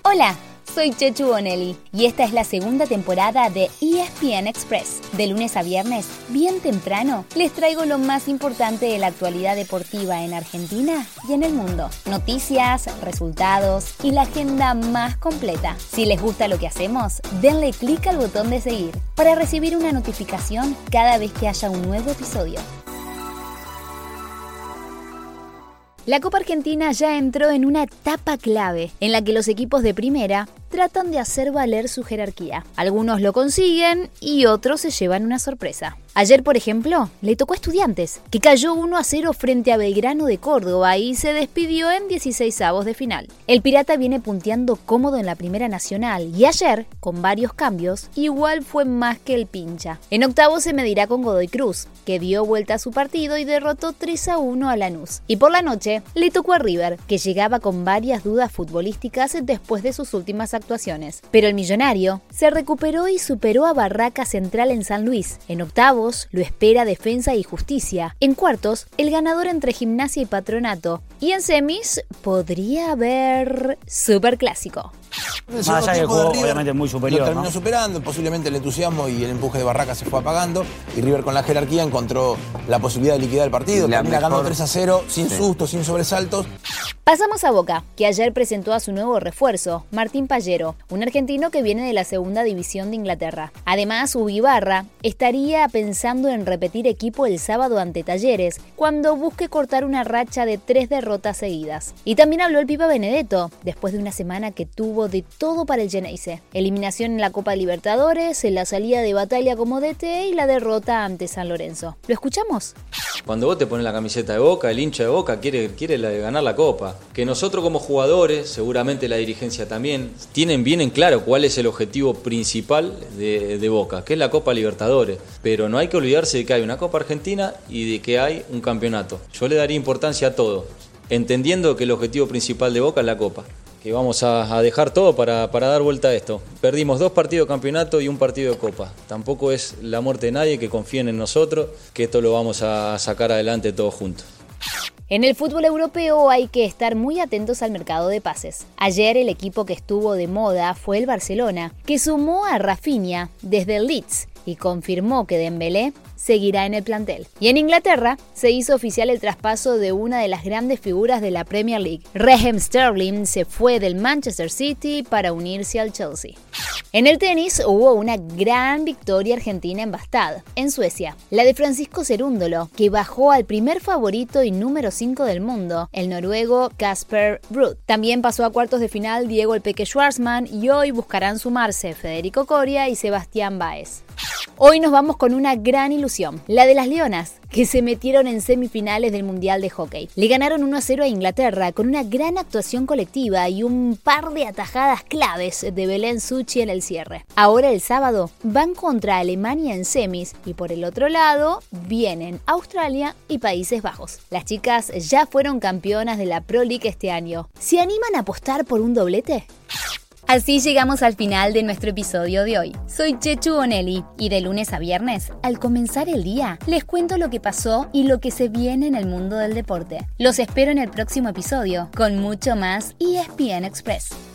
Hola, soy Chechu Bonelli y esta es la segunda temporada de ESPN Express. De lunes a viernes, bien temprano, les traigo lo más importante de la actualidad deportiva en Argentina y en el mundo. Noticias, resultados y la agenda más completa. Si les gusta lo que hacemos, denle clic al botón de seguir para recibir una notificación cada vez que haya un nuevo episodio. La Copa Argentina ya entró en una etapa clave en la que los equipos de primera tratan de hacer valer su jerarquía. Algunos lo consiguen y otros se llevan una sorpresa. Ayer, por ejemplo, le tocó a Estudiantes, que cayó 1-0 frente a Belgrano de Córdoba y se despidió en 16avos de final. El Pirata viene punteando cómodo en la Primera Nacional y ayer, con varios cambios, igual fue más que el pincha. En octavos se medirá con Godoy Cruz, que dio vuelta a su partido y derrotó 3-1 a Lanús. Y por la noche, le tocó a River, que llegaba con varias dudas futbolísticas después de sus últimas actuaciones. Pero el millonario se recuperó y superó a Barraca Central en San Luis. En octavos lo espera Defensa y Justicia. En cuartos, el ganador entre Gimnasia y Patronato. Y en semis, podría haber superclásico. Más allá del juego, obviamente muy superior, lo terminó, ¿no? superando, posiblemente el entusiasmo y el empuje de Barraca se fue apagando y River con la jerarquía encontró la posibilidad de liquidar el partido, termina ganando 3-0, sin sustos, sin sobresaltos. Pasamos a Boca, que ayer presentó a su nuevo refuerzo, Martín Pallero, un argentino que viene de la segunda división de Inglaterra. Además, Ubibarra estaría pensando en repetir equipo el sábado ante Talleres, cuando busque cortar una racha de 3 derrotas seguidas. Y también habló el Pipa Benedetto, después de una semana que tuvo de todo para el Geneise. Eliminación en la Copa Libertadores, la salida de Batalla como DT y la derrota ante San Lorenzo. ¿Lo escuchamos? Cuando vos te pones la camiseta de Boca, el hincha de Boca quiere ganar la Copa. Que nosotros como jugadores, seguramente la dirigencia también, tienen bien en claro cuál es el objetivo principal de Boca, que es la Copa Libertadores. Pero no hay que olvidarse de que hay una Copa Argentina y de que hay un campeonato. Yo le daría importancia a todo, entendiendo que el objetivo principal de Boca es la Copa. Que vamos a dejar todo para dar vuelta a esto. Perdimos 2 partidos de campeonato y 1 partido de Copa. Tampoco es la muerte de nadie, que confíen en nosotros, que esto lo vamos a sacar adelante todos juntos. En el fútbol europeo hay que estar muy atentos al mercado de pases. Ayer el equipo que estuvo de moda fue el Barcelona, que sumó a Rafinha desde el Leeds y confirmó que Dembélé seguirá en el plantel. Y en Inglaterra se hizo oficial el traspaso de una de las grandes figuras de la Premier League. Raheem Sterling se fue del Manchester City para unirse al Chelsea. En el tenis hubo una gran victoria argentina en Bastad, en Suecia. La de Francisco Cerúndolo, que bajó al primer favorito y número 5 del mundo, el noruego Casper Ruud. También pasó a cuartos de final Diego El Peque Schwartzman y hoy buscarán sumarse Federico Coria y Sebastián Báez. Hoy nos vamos con una gran ilusión, la de las Leonas, que se metieron en semifinales del Mundial de Hockey. Le ganaron 1-0 a Inglaterra con una gran actuación colectiva y un par de atajadas claves de Belén Suchi en el cierre. Ahora el sábado van contra Alemania en semis y por el otro lado vienen Australia y Países Bajos. Las chicas ya fueron campeonas de la Pro League este año. ¿Se animan a apostar por un doblete? Así llegamos al final de nuestro episodio de hoy. Soy Chechu Bonelli y de lunes a viernes, al comenzar el día, les cuento lo que pasó y lo que se viene en el mundo del deporte. Los espero en el próximo episodio con mucho más ESPN Express.